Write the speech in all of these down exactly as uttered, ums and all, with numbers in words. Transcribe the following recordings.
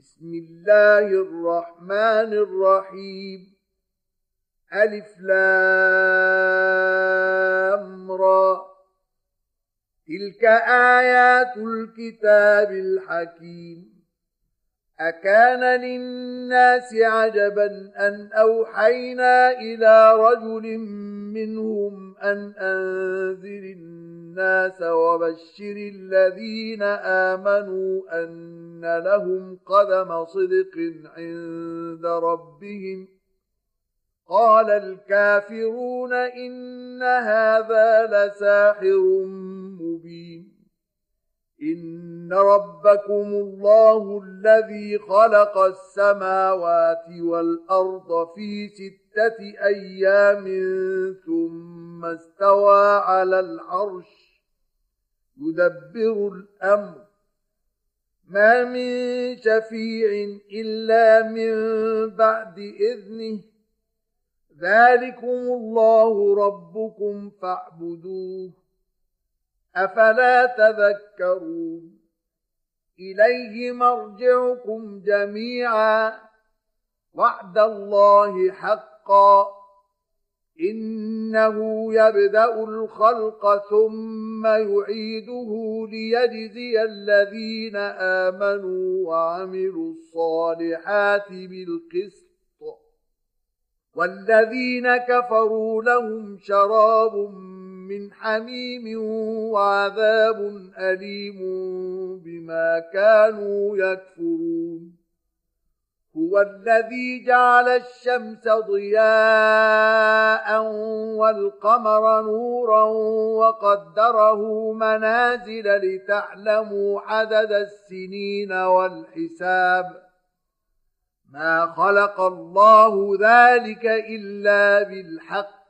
بسم الله الرحمن الرحيم. ألف لام را. تلك آيات الكتاب الحكيم. أكان للناس عجبا أن أوحينا إلى رجل منهم أن أنذر الناس وبشر الذين آمنوا أن لهم قدم صدق عند ربهم. قال الكافرون إن هذا لساحر مبين. إن ربكم الله الذي خلق السماوات والأرض في ستة أيام ثم استوى على العرش يدبر الأمر ما من شفيع إلا من بعد إذنه ذلكم الله ربكم فاعبدوه أفلا تذكرون. إليه مرجعكم جميعا وعد الله حقا إنه يبدأ الخلق ثم يعيده ليجزي الذين آمنوا وعملوا الصالحات بالقسط والذين كفروا لهم شراب من حميم وعذاب أليم بما كانوا يكفرون. هو الذي جعل الشمس ضياء والقمر نورا وقدره منازل لتعلموا عدد السنين والحساب ما خلق الله ذلك إلا بالحق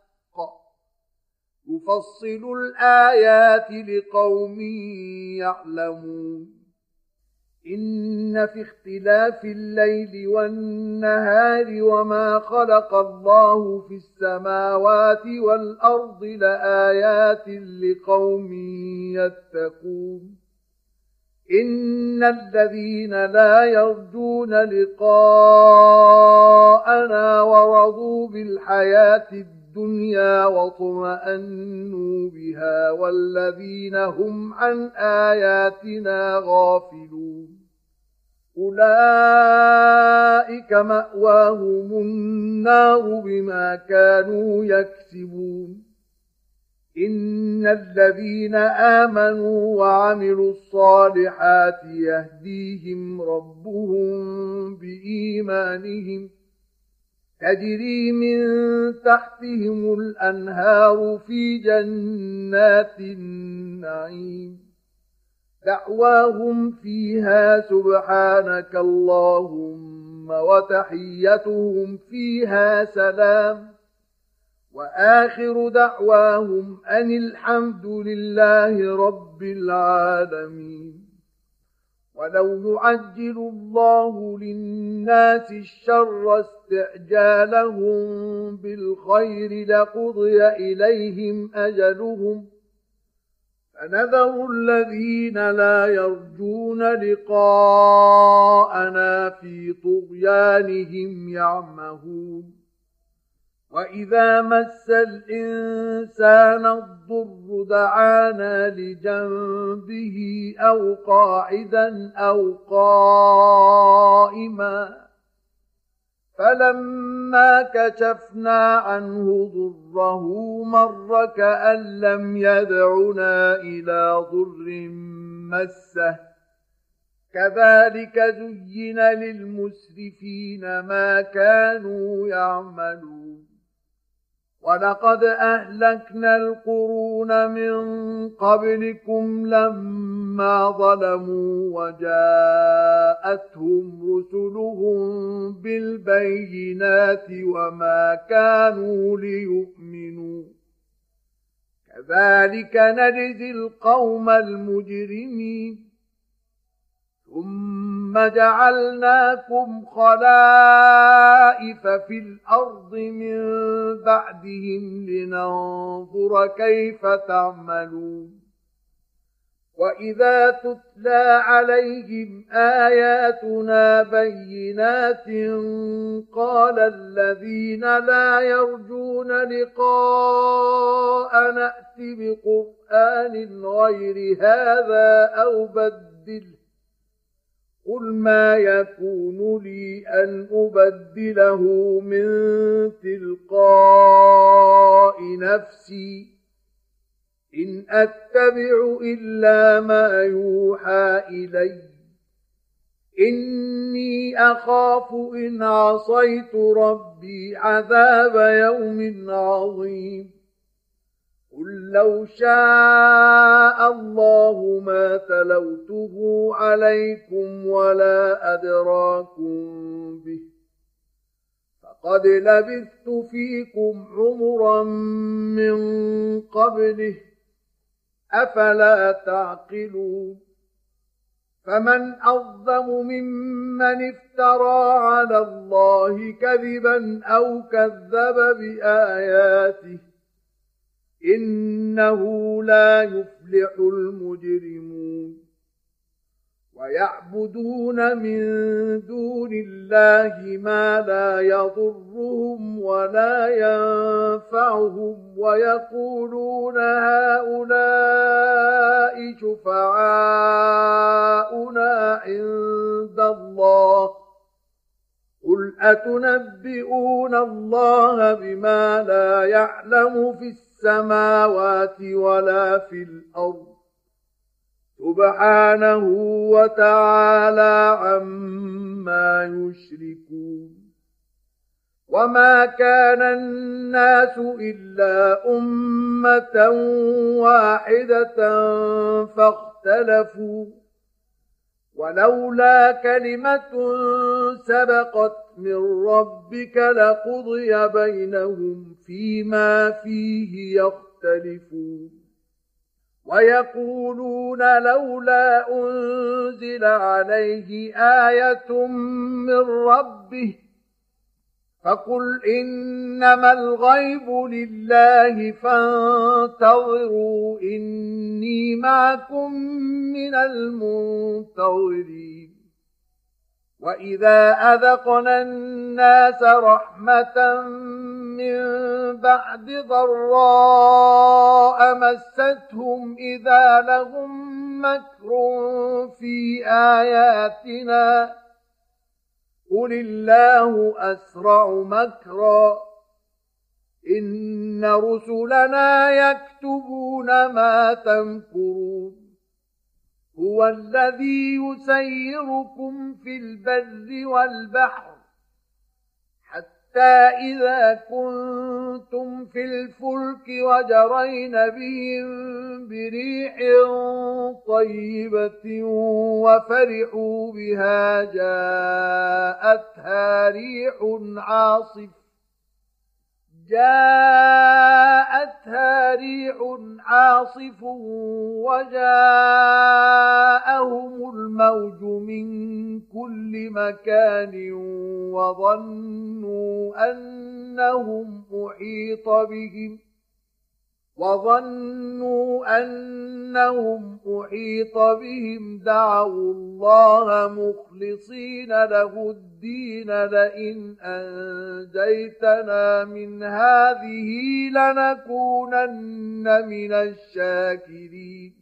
يفصل الآيات لقوم يعلمون. إن في اختلاف الليل والنهار وما خلق الله في السماوات والأرض لآيات لقوم يتقون. إن الذين لا يرجون لقاءنا ورضوا بالحياة الدنيا واطمأنوا بها والذين هم عن آياتنا غافلون أولئك مأواهم النار بما كانوا يكسبون. إن الذين آمنوا وعملوا الصالحات يهديهم ربهم بإيمانهم تجري من تحتهم الأنهار في جنات النعيم دعواهم فيها سبحانك اللهم وتحيتهم فيها سلام وآخر دعواهم أن الحمد لله رب العالمين. ولو يعجل الله للناس الشر استعجالهم بالخير لقضي إليهم أجلهم فنذر الذين لا يرجون لقاءنا في طغيانهم يعمهون. وإذا مس الإنسان الضر دعانا لجنبه أو قاعدا أو قائما فلما كشفنا عنه ضره مر كأن لم يدعنا إلى ضر مسه كذلك زين للمسرفين ما كانوا يعملون. ولقد أهلكنا القرون من قبلكم لما ظلموا وجاءتهم رسلهم بالبينات وما كانوا ليؤمنوا كذلك نجزي القوم المجرمين. ثم جعلناكم خلائف في الأرض من بعدهم لننظر كيف تعملون. وإذا تتلى عليهم آياتنا بينات قال الذين لا يرجون لقاء نأت بقرآن غير هذا أو بدله قل ما يكون لي أن أبدله من تلقاء نفسي إن أتبع إلا ما يوحى إلي إني أخاف إن عصيت ربي عذاب يوم عظيم قل لو شاء الله ما تلوته عليكم ولا أدراكم به فقد لبثت فيكم عمرا من قبله أفلا تعقلون فمن أظلم ممن افترى على الله كذبا أو كذب بآياته إنه لا يفلح المجرمون ويعبدون من دون الله ما لا يضرهم ولا ينفعهم ويقولون هؤلاء شفعاؤنا عند الله قل أتنبئون الله بما لا يعلم في السماوات ولا في الأرض سبحانه وتعالى عما يشركون وما كان الناس إلا أمة واحدة فاختلفوا ولولا كلمة سبقت من ربك لقضي بينهم فيما فيه يختلفون ويقولون لولا أنزل عليه آية من ربه فقل إنما الغيب لله فانتظروا إني معكم من المنتظرين وإذا أذقنا الناس رحمة من بعد ضراء مستهم إذا لهم مكر في آياتنا قل الله أسرع مكرا إن رسلنا يكتبون ما تمكرون هو الذي يسيركم في البر والبحر حتى إذا كنتم في الفلك وجرين بهم بريح طيبة وفرحوا بها جاءتها ريح عاصف جاءتها ريح عاصف وجاءهم الموج من كل مكان وظنوا أنهم أحيط بهم وظنوا أنهم أحيط بهم دعوا الله مخلصين له الدين لئن أنجيتنا من هذه لنكونن من الشاكرين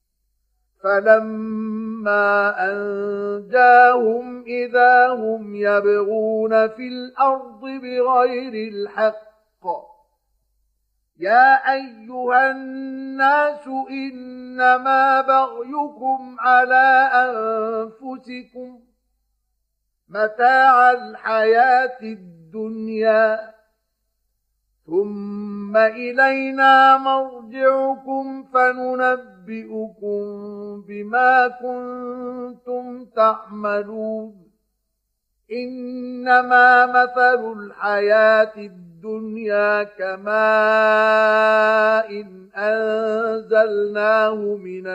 فلما أنجاهم إذا هم يبغون في الأرض بغير الحق يا أيها الناس إنما بغيكم على أنفسكم متاع الحياة الدنيا ثم إلينا مرجعكم فننبئكم بما كنتم تعملون إنما مثل الحياة الدنيا كماء أنزلناه من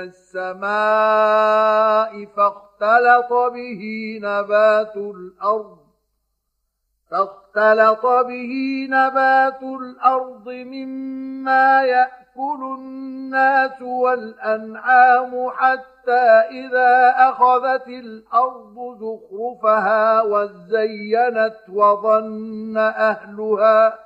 السماء فاختلط به نبات الأرض فاختلط به نبات الأرض مما يأكل يأكل الناس والأنعام حتى إذا أخذت الأرض زخرفها وزينت وظن أهلها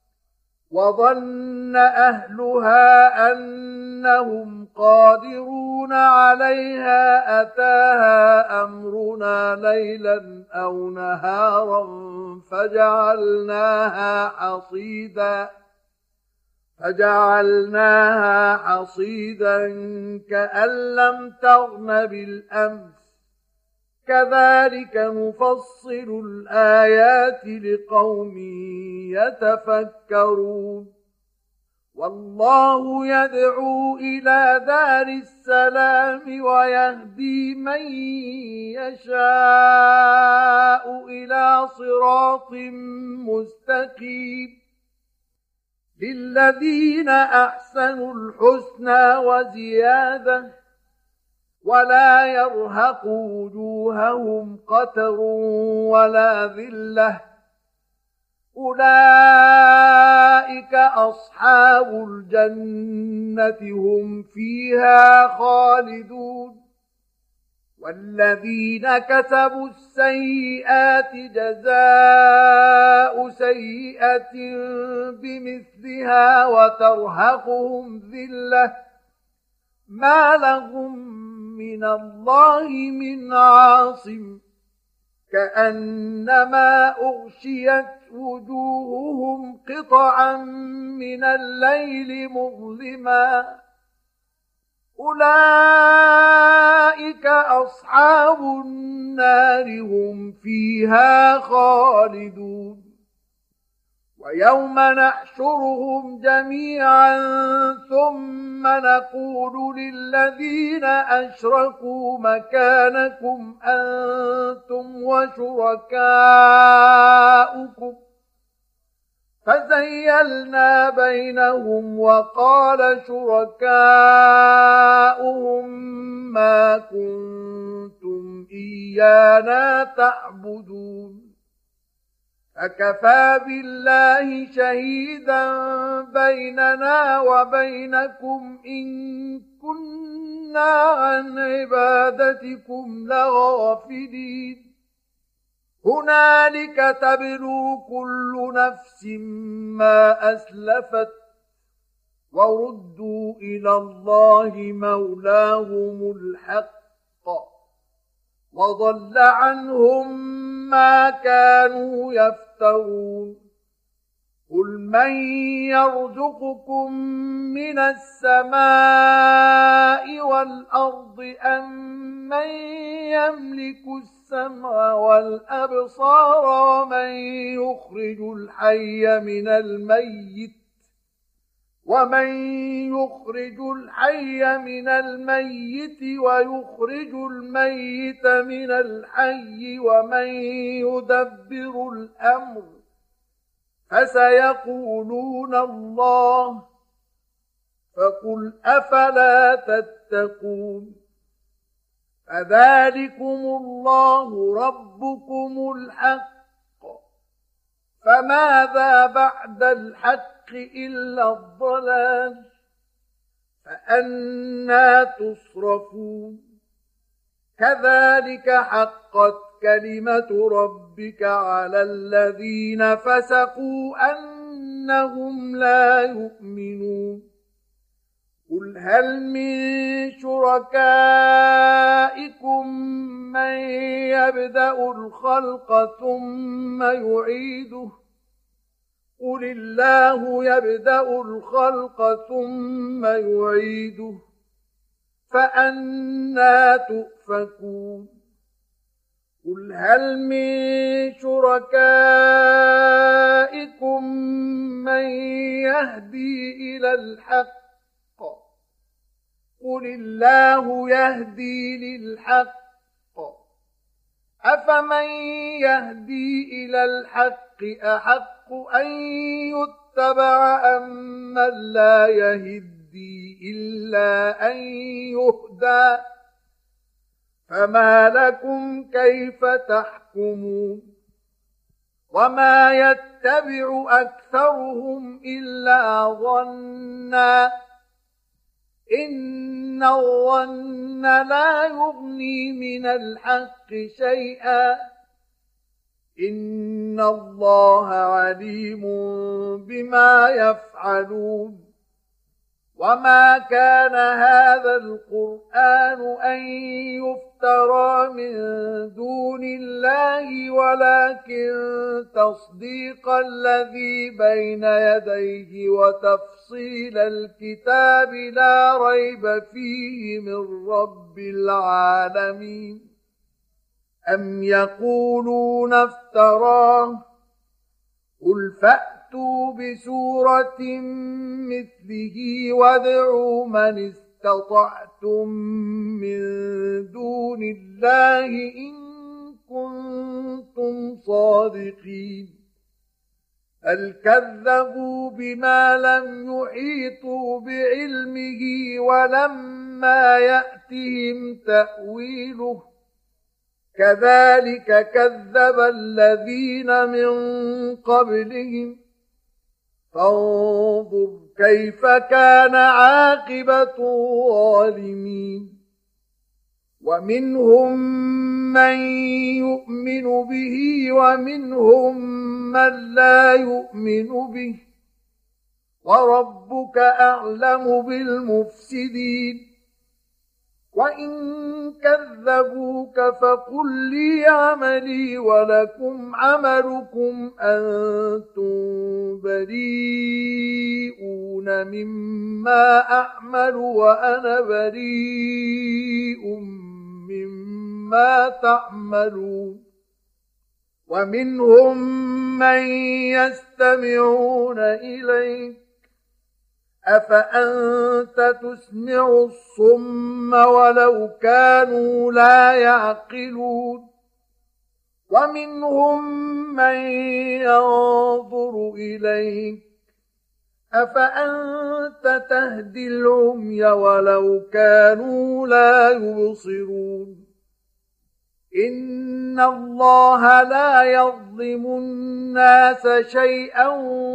وظن أهلها أنهم قادرون عليها أتاها أمرنا ليلا أو نهارا فجعلناها حصيدا فجعلناها حصيدا كأن لم تغن بالأمس كذلك نفصل الآيات لقوم يتفكرون والله يدعو إلى دار السلام ويهدي من يشاء إلى صراط مستقيم للذين أحسنوا الحسنى وزيادة ولا يرهق وجوههم قتر ولا ذلة أولئك أصحاب الجنة هم فيها خالدون والذين كسبوا السيئات جزاء سيئة بمثلها وترهقهم ذلة ما لهم من الله من عاصم كأنما أغشيت وجوههم قطعا من الليل مظلما أولئك أصحاب النار هم فيها خالدون ويوم نحشرهم جميعا ثم نقول للذين أشركوا مكانكم أنتم وشركاؤكم فزيلنا بينهم وقال شركاؤهم ما كنتم إيانا تعبدون فكفى بالله شهيدا بيننا وبينكم إن كنا عن عبادتكم لغافلين هنالك تبلو كل نفس ما أسلفت وردوا إلى الله مولاهم الحق وضل عنهم ما كانوا يفترون قل من يرزقكم من السماء والأرض أم من يملك السمع والأبصار ومن يخرج الحي من الميت ومن يخرج الحي من الميت ويخرج الميت من الحي ومن يدبر الأمر فسيقولون الله فقل أفلا تتقون فذلكم الله ربكم الحق فماذا بعد الحق إلا الضلال فأنى تصرفون كذلك حقت كلمة ربك على الذين فسقوا أنهم لا يؤمنون قل هل من شركائكم من يبدأ الخلق ثم يعيده قل الله يبدأ الخلق ثم يعيده فأنى تؤفكون قل هل من شركائكم من يهدي إلى الحق قل الله يهدي للحق أفمن يهدي إلى الحق أحق أن يتبع أم من لا يهدي إلا أن يهدى فما لكم كيف تحكمون وما يتبع أكثرهم إلا ظنّا إن الظن لا يغني من الحق شيئا إن الله عليم بما يفعلون وما كان هذا القرآن أن يفترى من دون الله ولكن تصديق الذي بين يديه وتفصيل الكتاب لا ريب فيه من رب العالمين أم يقولون افتراه قل فأتوا بسورة مثله وادعوا من استطعتم من دون الله إن كنتم صادقين بل كذبوا بما لم يحيطوا بعلمه ولما يأتهم تأويله كذلك كذب الذين من قبلهم فانظر كيف كان عاقبة الظالمين ومنهم من يؤمن به ومنهم من لا يؤمن به وربك أعلم بالمفسدين وإن كذبوك فقل لي عملي ولكم عملكم أنتم بريئون مما أعمل وأنا بريء مما تعملون ومنهم من يستمعون إليك أفأنت تسمع الصم ولو كانوا لا يعقلون ومنهم من ينظر إليك أفأنت تهدي العمي ولو كانوا لا يبصرون إن الله لا يظلم الناس شيئا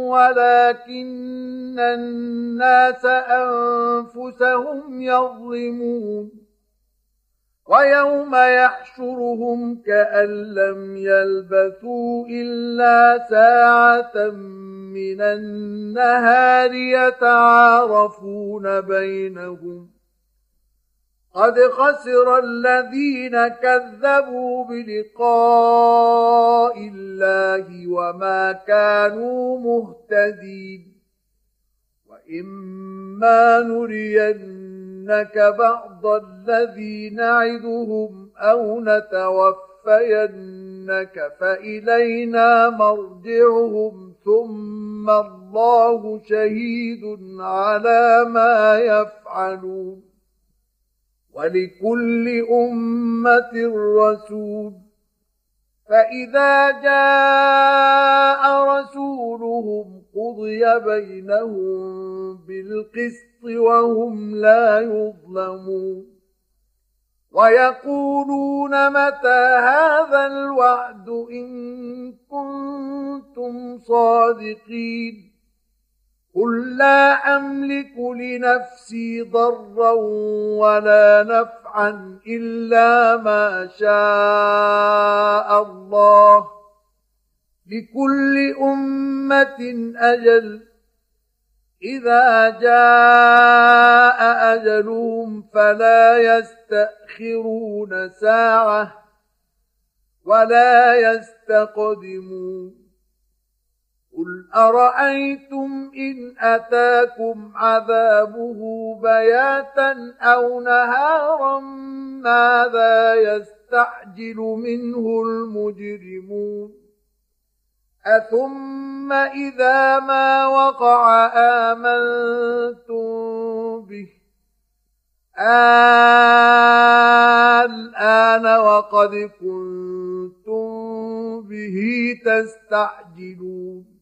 ولكن الناس أنفسهم يظلمون ويوم يحشرهم كأن لم يلبثوا إلا ساعة من النهار يتعارفون بينهم قد خسر الذين كذبوا بلقاء الله وما كانوا مهتدين وإما نرينك بعض الذي نعدهم أو نتوفينك فإلينا مرجعهم ثم الله شهيد على ما يفعلون ولكل أمة رسول فإذا جاء رسولهم قضي بينهم بالقسط وهم لا يظلمون ويقولون متى هذا الوعد إن كنتم صادقين قل لا أملك لنفسي ضرا ولا نفعا إلا ما شاء الله لكل أمة أجل إذا جاء أجلهم فلا يستأخرون ساعة ولا يستقدمون قل أرأيتم إن أتاكم عذابه بياتا أو نهارا ماذا يستعجل منه المجرمون أثم إذا ما وقع آمنتم به الآن وقد كنتم به تستعجلون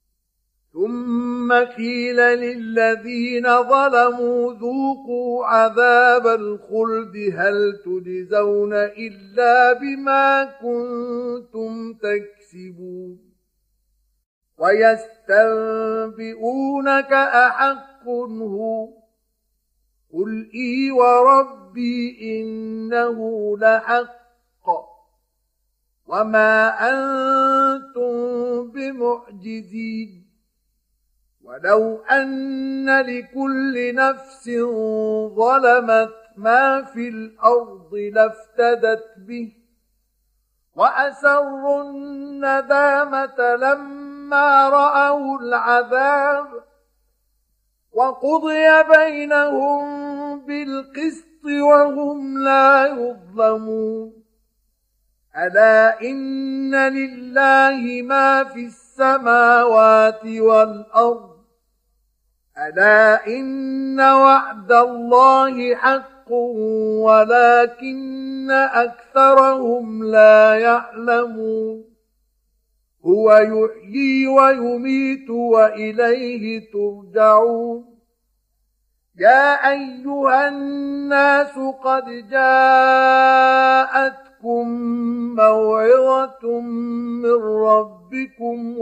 ثم قيل للذين ظلموا ذوقوا عذاب الخلد هل تجزون إلا بما كنتم تكسبون ويستنبئونك أحق هو قل إي وربي إنه لحق وما أنتم بمعجزين ولو أن لكل نفس ظلمت ما في الأرض لافتدت به وأسروا الندامة لما رأوا العذاب وقضي بينهم بالقسط وهم لا يظلمون ألا إن لله ما في السماوات والأرض ألا إن وعد الله حق ولكن أكثرهم لا يعلمون هو يحيي ويميت وإليه ترجعون يا أيها الناس قد جاءتكم موعظة من ربكم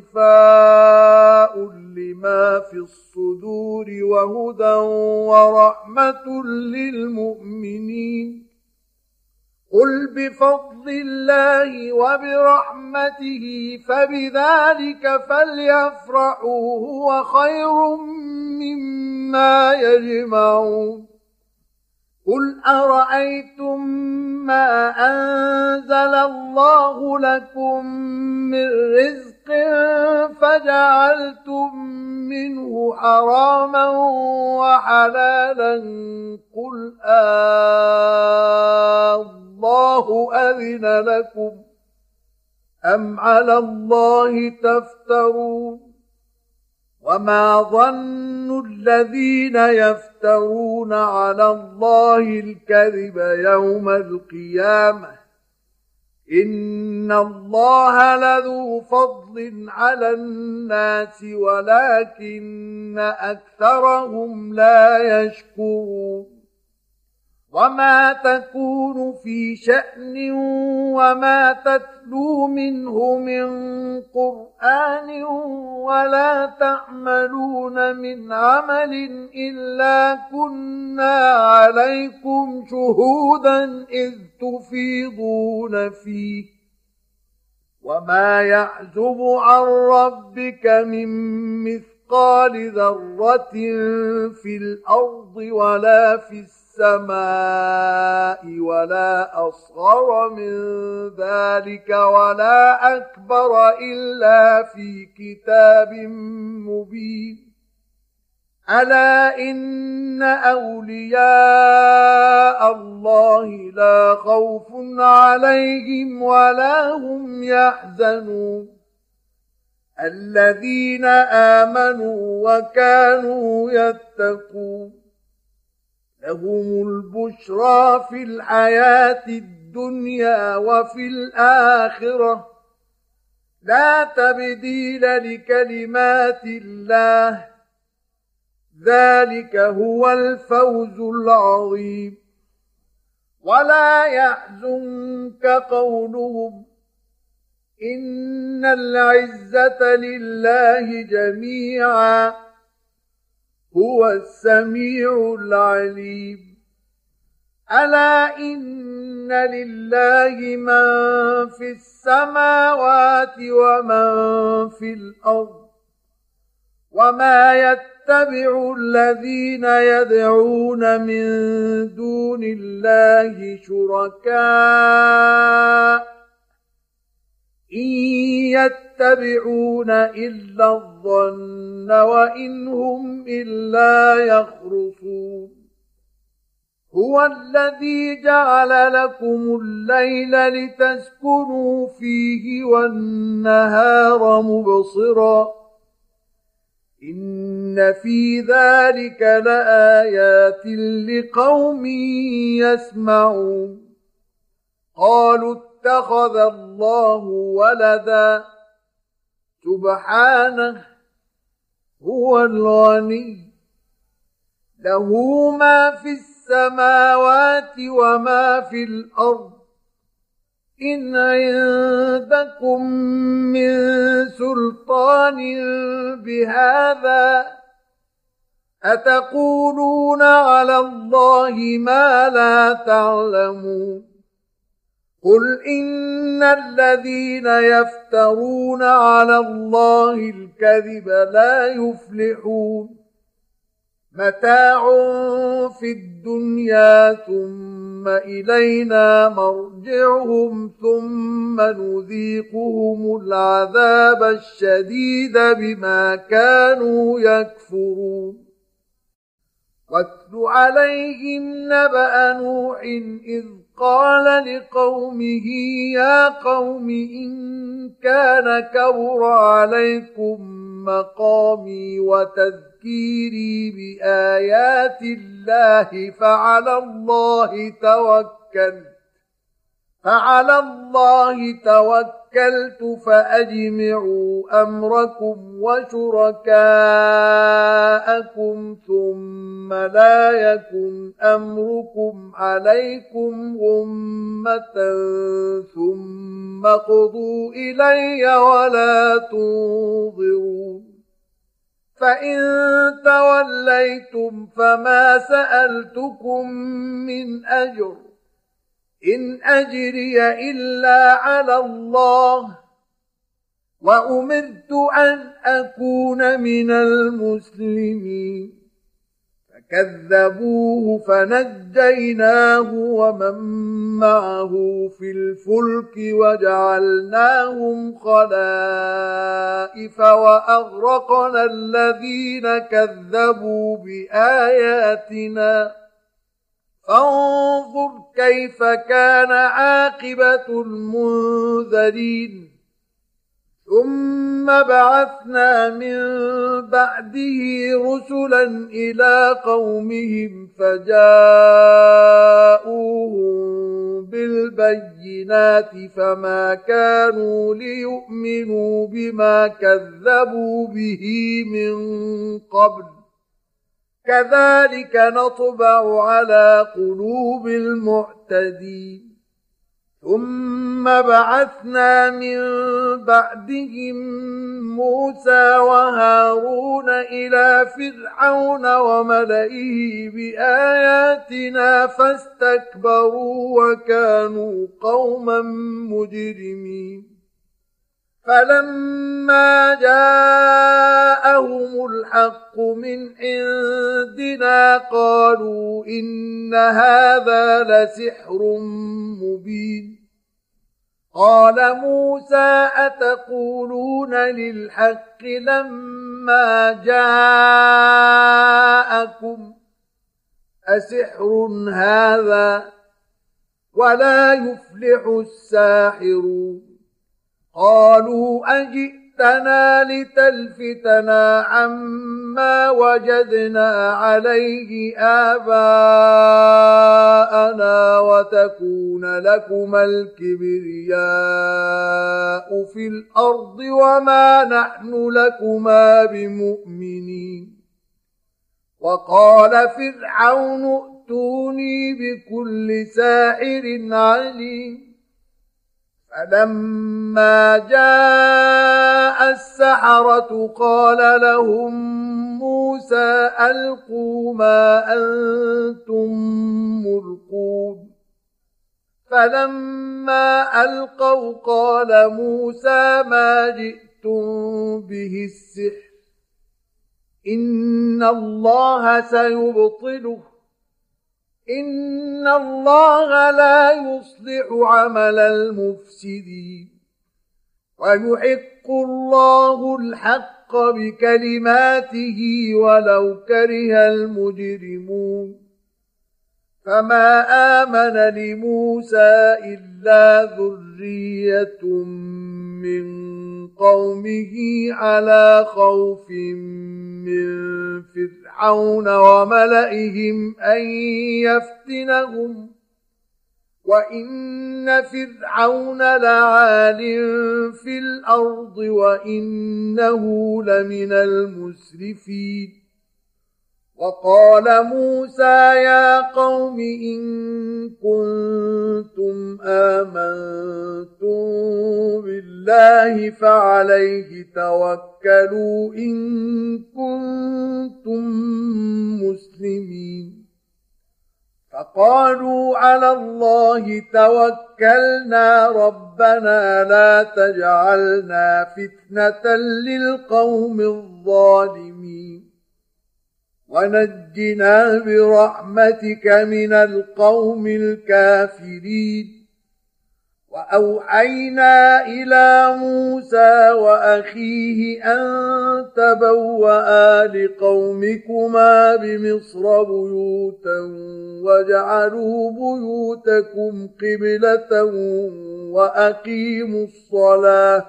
وشفاء لما في الصدور وهدى ورحمة للمؤمنين قل بفضل الله وبرحمته فبذلك فليفرحوا هو خير مما يجمعون قل أرأيتم ما أنزل الله لكم من رزق فجعلتم منه حراما وحلالا قل آه الله أذن لكم أم على الله تفترون وما ظن الذين يفترون على الله الكذب يوم القيامة إن الله لذو فضل على الناس ولكن أكثرهم لا يشكرون وما تكون في شأن وما تتلو منه من قرآن ولا تعملون من عمل إلا كنا عليكم شهودا إذ تفيضون فيه وما يعزب عن ربك من مثقال ذرة في الأرض ولا في السماء السماء ولا أصغر من ذلك ولا أكبر إلا في كتاب مبين ألا إن أولياء الله لا خوف عليهم ولا هم يحزنون الذين آمنوا وكانوا يتقون لهم البشرى في الحياة الدنيا وفي الآخرة لا تبديل لكلمات الله ذلك هو الفوز العظيم ولا يحزنك قولهم إن العزة لله جميعا هو السميع العليم ألا إن لله من في السماوات ومن في الأرض وما يتبع الذين يدعون من دون الله شركاء إن يتبعون إلا الظن وإن هم إلا يخرصون هو الذي جعل لكم الليل لتسكنوا فيه والنهار مبصرا إن في ذلك لآيات لقوم يسمعون قالوا اتخذ الله ولدا سبحانه هو الغني له ما في السماوات وما في الأرض إن عندكم من سلطان بهذا أتقولون على الله ما لا تعلمون قل إن الذين يفترون على الله الكذب لا يفلحون متاع في الدنيا ثم إلينا مرجعهم ثم نذيقهم العذاب الشديد بما كانوا يكفرون واتل عليهم نبأ نوح إذ قال لقومه يا قوم إن كان كبر عليكم مقامي وتذكيري بآيات الله فعلى الله توكلت فعلى الله توكلت فأجمعوا أمركم وشركاءكم ثم لا يكن أمركم عليكم غمة ثم قضوا إلي ولا تنظرون فإن توليتم فما سألتكم من أجر إن أجري إلا على الله وأمرت أن أكون من المسلمين فكذبوه فنجيناه ومن معه في الفلك وجعلناهم خلائف وأغرقنا الذين كذبوا بآياتنا فانظر كيف كان عاقبة المنذرين ثم بعثنا من بعده رسلا إلى قومهم فجاءوهم بالبينات فما كانوا ليؤمنوا بما كذبوا به من قبل كذلك نطبع على قلوب المعتدين ثم بعثنا من بعدهم موسى وهارون إلى فرعون وملئه بآياتنا فاستكبروا وكانوا قوما مجرمين فلما جاءهم الحق من عندنا قالوا إن هذا لسحر مبين قال موسى أتقولون للحق لما جاءكم أسحر هذا ولا يفلح الساحرون قالوا أجئتنا لتلفتنا عما وجدنا عليه آباءنا وتكون لكما الكبرياء في الأرض وما نحن لكما بمؤمنين وقال فرعون ائتوني بكل ساحر عليم فلما جاء السحرة قال لهم موسى ألقوا ما أنتم ملقون فلما ألقوا قال موسى ما جئتم به السحر إن الله سيبطله إن الله لا يصلح عمل المفسدين ويحق الله الحق بكلماته ولو كره المجرمون فما آمن لموسى إلا ذرية من قومه على خوف من فرعون وملئهم أن يفتنهم وإن فرعون لعال في الأرض وإنه لمن المسرفين وقال موسى يا قوم إن كنتم آمنتم بالله الله فعليه توكلوا إن كنتم مسلمين فقالوا على الله توكلنا ربنا لا تجعلنا فتنة للقوم الظالمين ونجنا برحمتك من القوم الكافرين وأوحينا إلى موسى وأخيه أن تبوأ لقومكما بمصر بيوتا واجعلوا بيوتكم قبلة وأقيموا الصلاة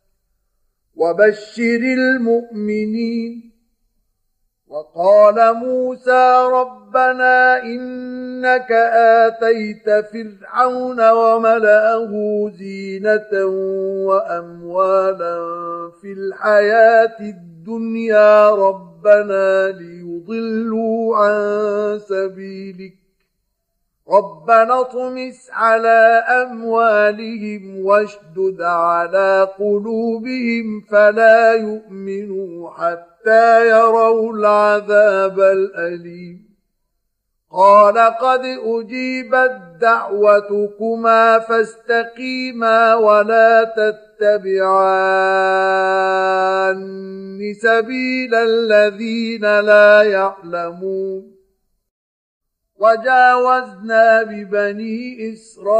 وبشر المؤمنين وقال موسى ربنا إنك آتيت فرعون وملأه زينة وأموالا في الحياة الدنيا ربنا ليضلوا عن سبيلك ربنا اطمس على أموالهم واشدد على قلوبهم فلا يؤمنوا حتى يروا العذاب الأليم قال قد أجيبت دعوتكما فاستقيما ولا تتبعان سبيل الذين لا يعلمون وجاوزنا ببني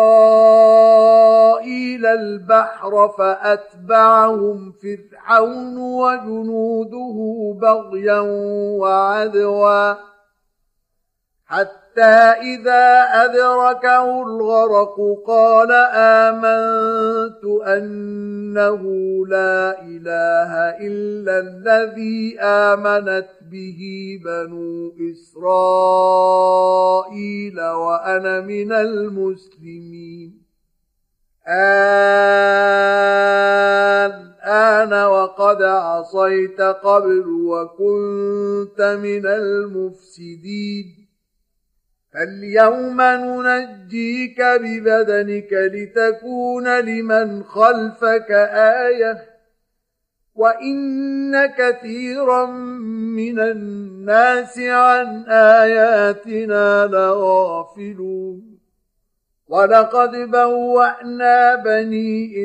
إسرائيل البحر فأتبعهم فرعون وجنوده بغيا وعدوا حتى إذا أدركه الغرق قال آمنت أنه لا إله إلا الذي آمنت به بنو إسرائيل وأنا من المسلمين الآن وقد عصيت قبل وكنت من المفسدين فاليوم ننجيك ببدنك لتكون لمن خلفك آية وإن كثيرا من الناس عن آياتنا لغافلون ولقد بوأنا بني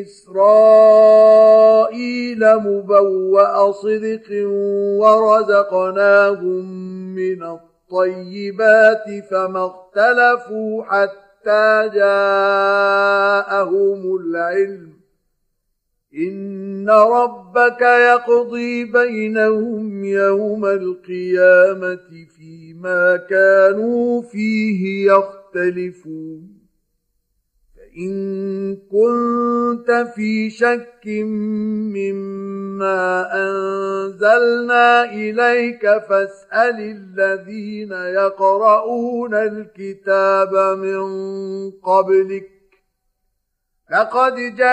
إسرائيل مبوأ صدق ورزقناهم من الطيبات فما اختلفوا حتى جاءهم العلم إن ربك يقضي بينهم يوم القيامة فيما كانوا فيه يختلفون فإن كنت في شك مما أنزلنا إليك فاسأل الذين يقرؤون الكتاب من قبلك لقد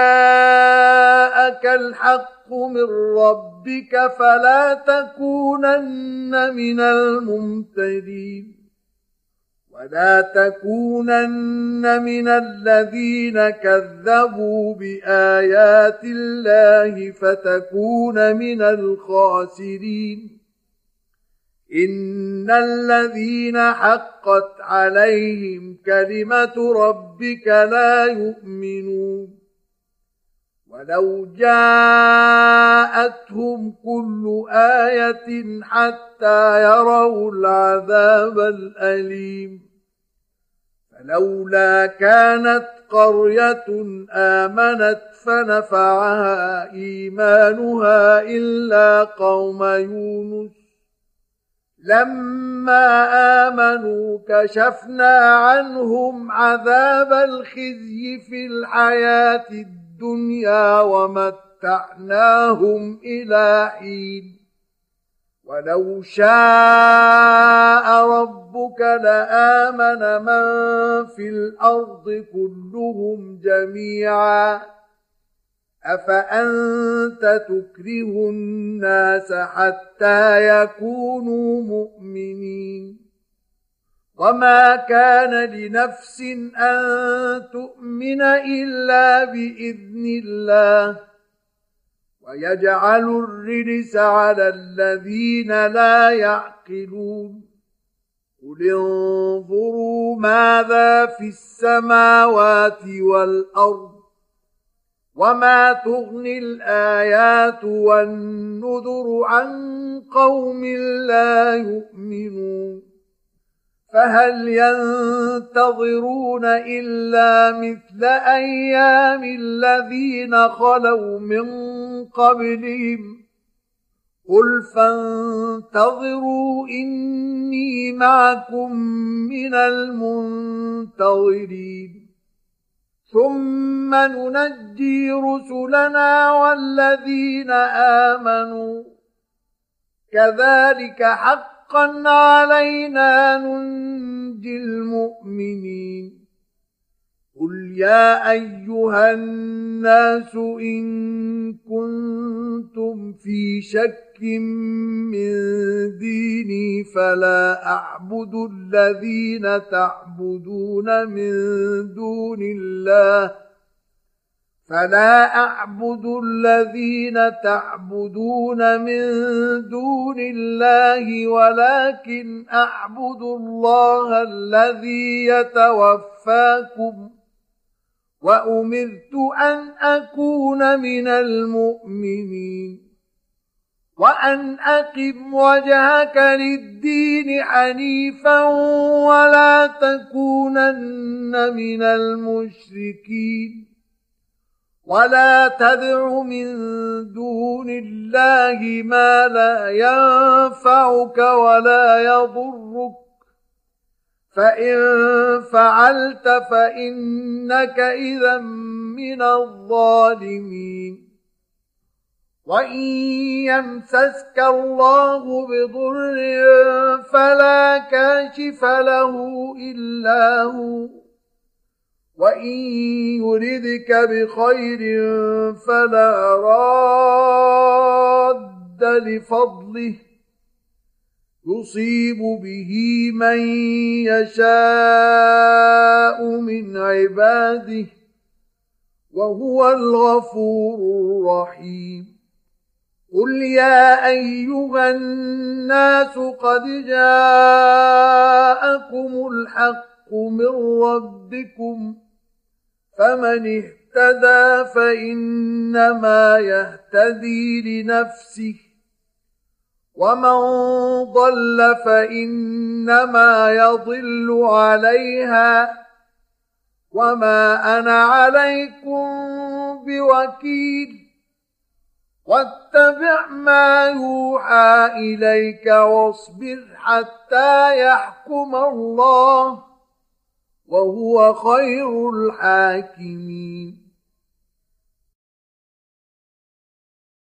جاءك الحق من ربك فلا تكونن من الممترين ولا تكونن من الذين كذبوا بآيات الله فتكون من الخاسرين إن الذين حقت عليهم كلمة ربك لا يؤمنون ولو جاءتهم كل آية حتى يروا العذاب الأليم فلولا كانت قرية آمنت فنفعها إيمانها إلا قوم يونس لما آمنوا كشفنا عنهم عذاب الخزي في الحياة الدنيا ومتعناهم إلى حين ولو شاء ربك لآمن من في الأرض كلهم جميعا أفأنت تكره الناس حتى يكونوا مؤمنين وما كان لنفس أن تؤمن إلا بإذن الله ويجعل الرجس على الذين لا يعقلون قل انظروا ماذا في السماوات والأرض وما تغني الآيات والنذر عن قوم لا يؤمنون فهل ينتظرون إلا مثل أيام الذين خلوا من قبلهم قل فانتظروا إني معكم من المنتظرين ثم ننجي رسلنا والذين آمنوا كذلك حقا علينا ننجي المؤمنين قل يا أيها الناس إن كنتم في شك من ديني فلا أعبد الذين تعبدون من دون الله فلا أعبد الذين تعبدون من دون الله ولكن أعبد الله الذي يتوفاكم وأمرت أن أكون من المؤمنين وأن أقم وجهك للدين حنيفا ولا تكونن من المشركين ولا تدع من دون الله ما لا ينفعك ولا يضرك فإن فعلت فإنك إذا من الظالمين وإن يمسسك الله بضر فلا كاشف له إلا هو وإن يردك بخير فلا راد لفضله يصيب به من يشاء من عباده وهو الغفور الرحيم قل يا أيها الناس قد جاءكم الحق من ربكم فمن اهتدى فإنما يهتدي لنفسه ومن ضل فإنما يضل عليها وما أنا عليكم بوكيل واتبع ما يوحى إليك واصبر حتى يحكم الله وهو خير الحاكمين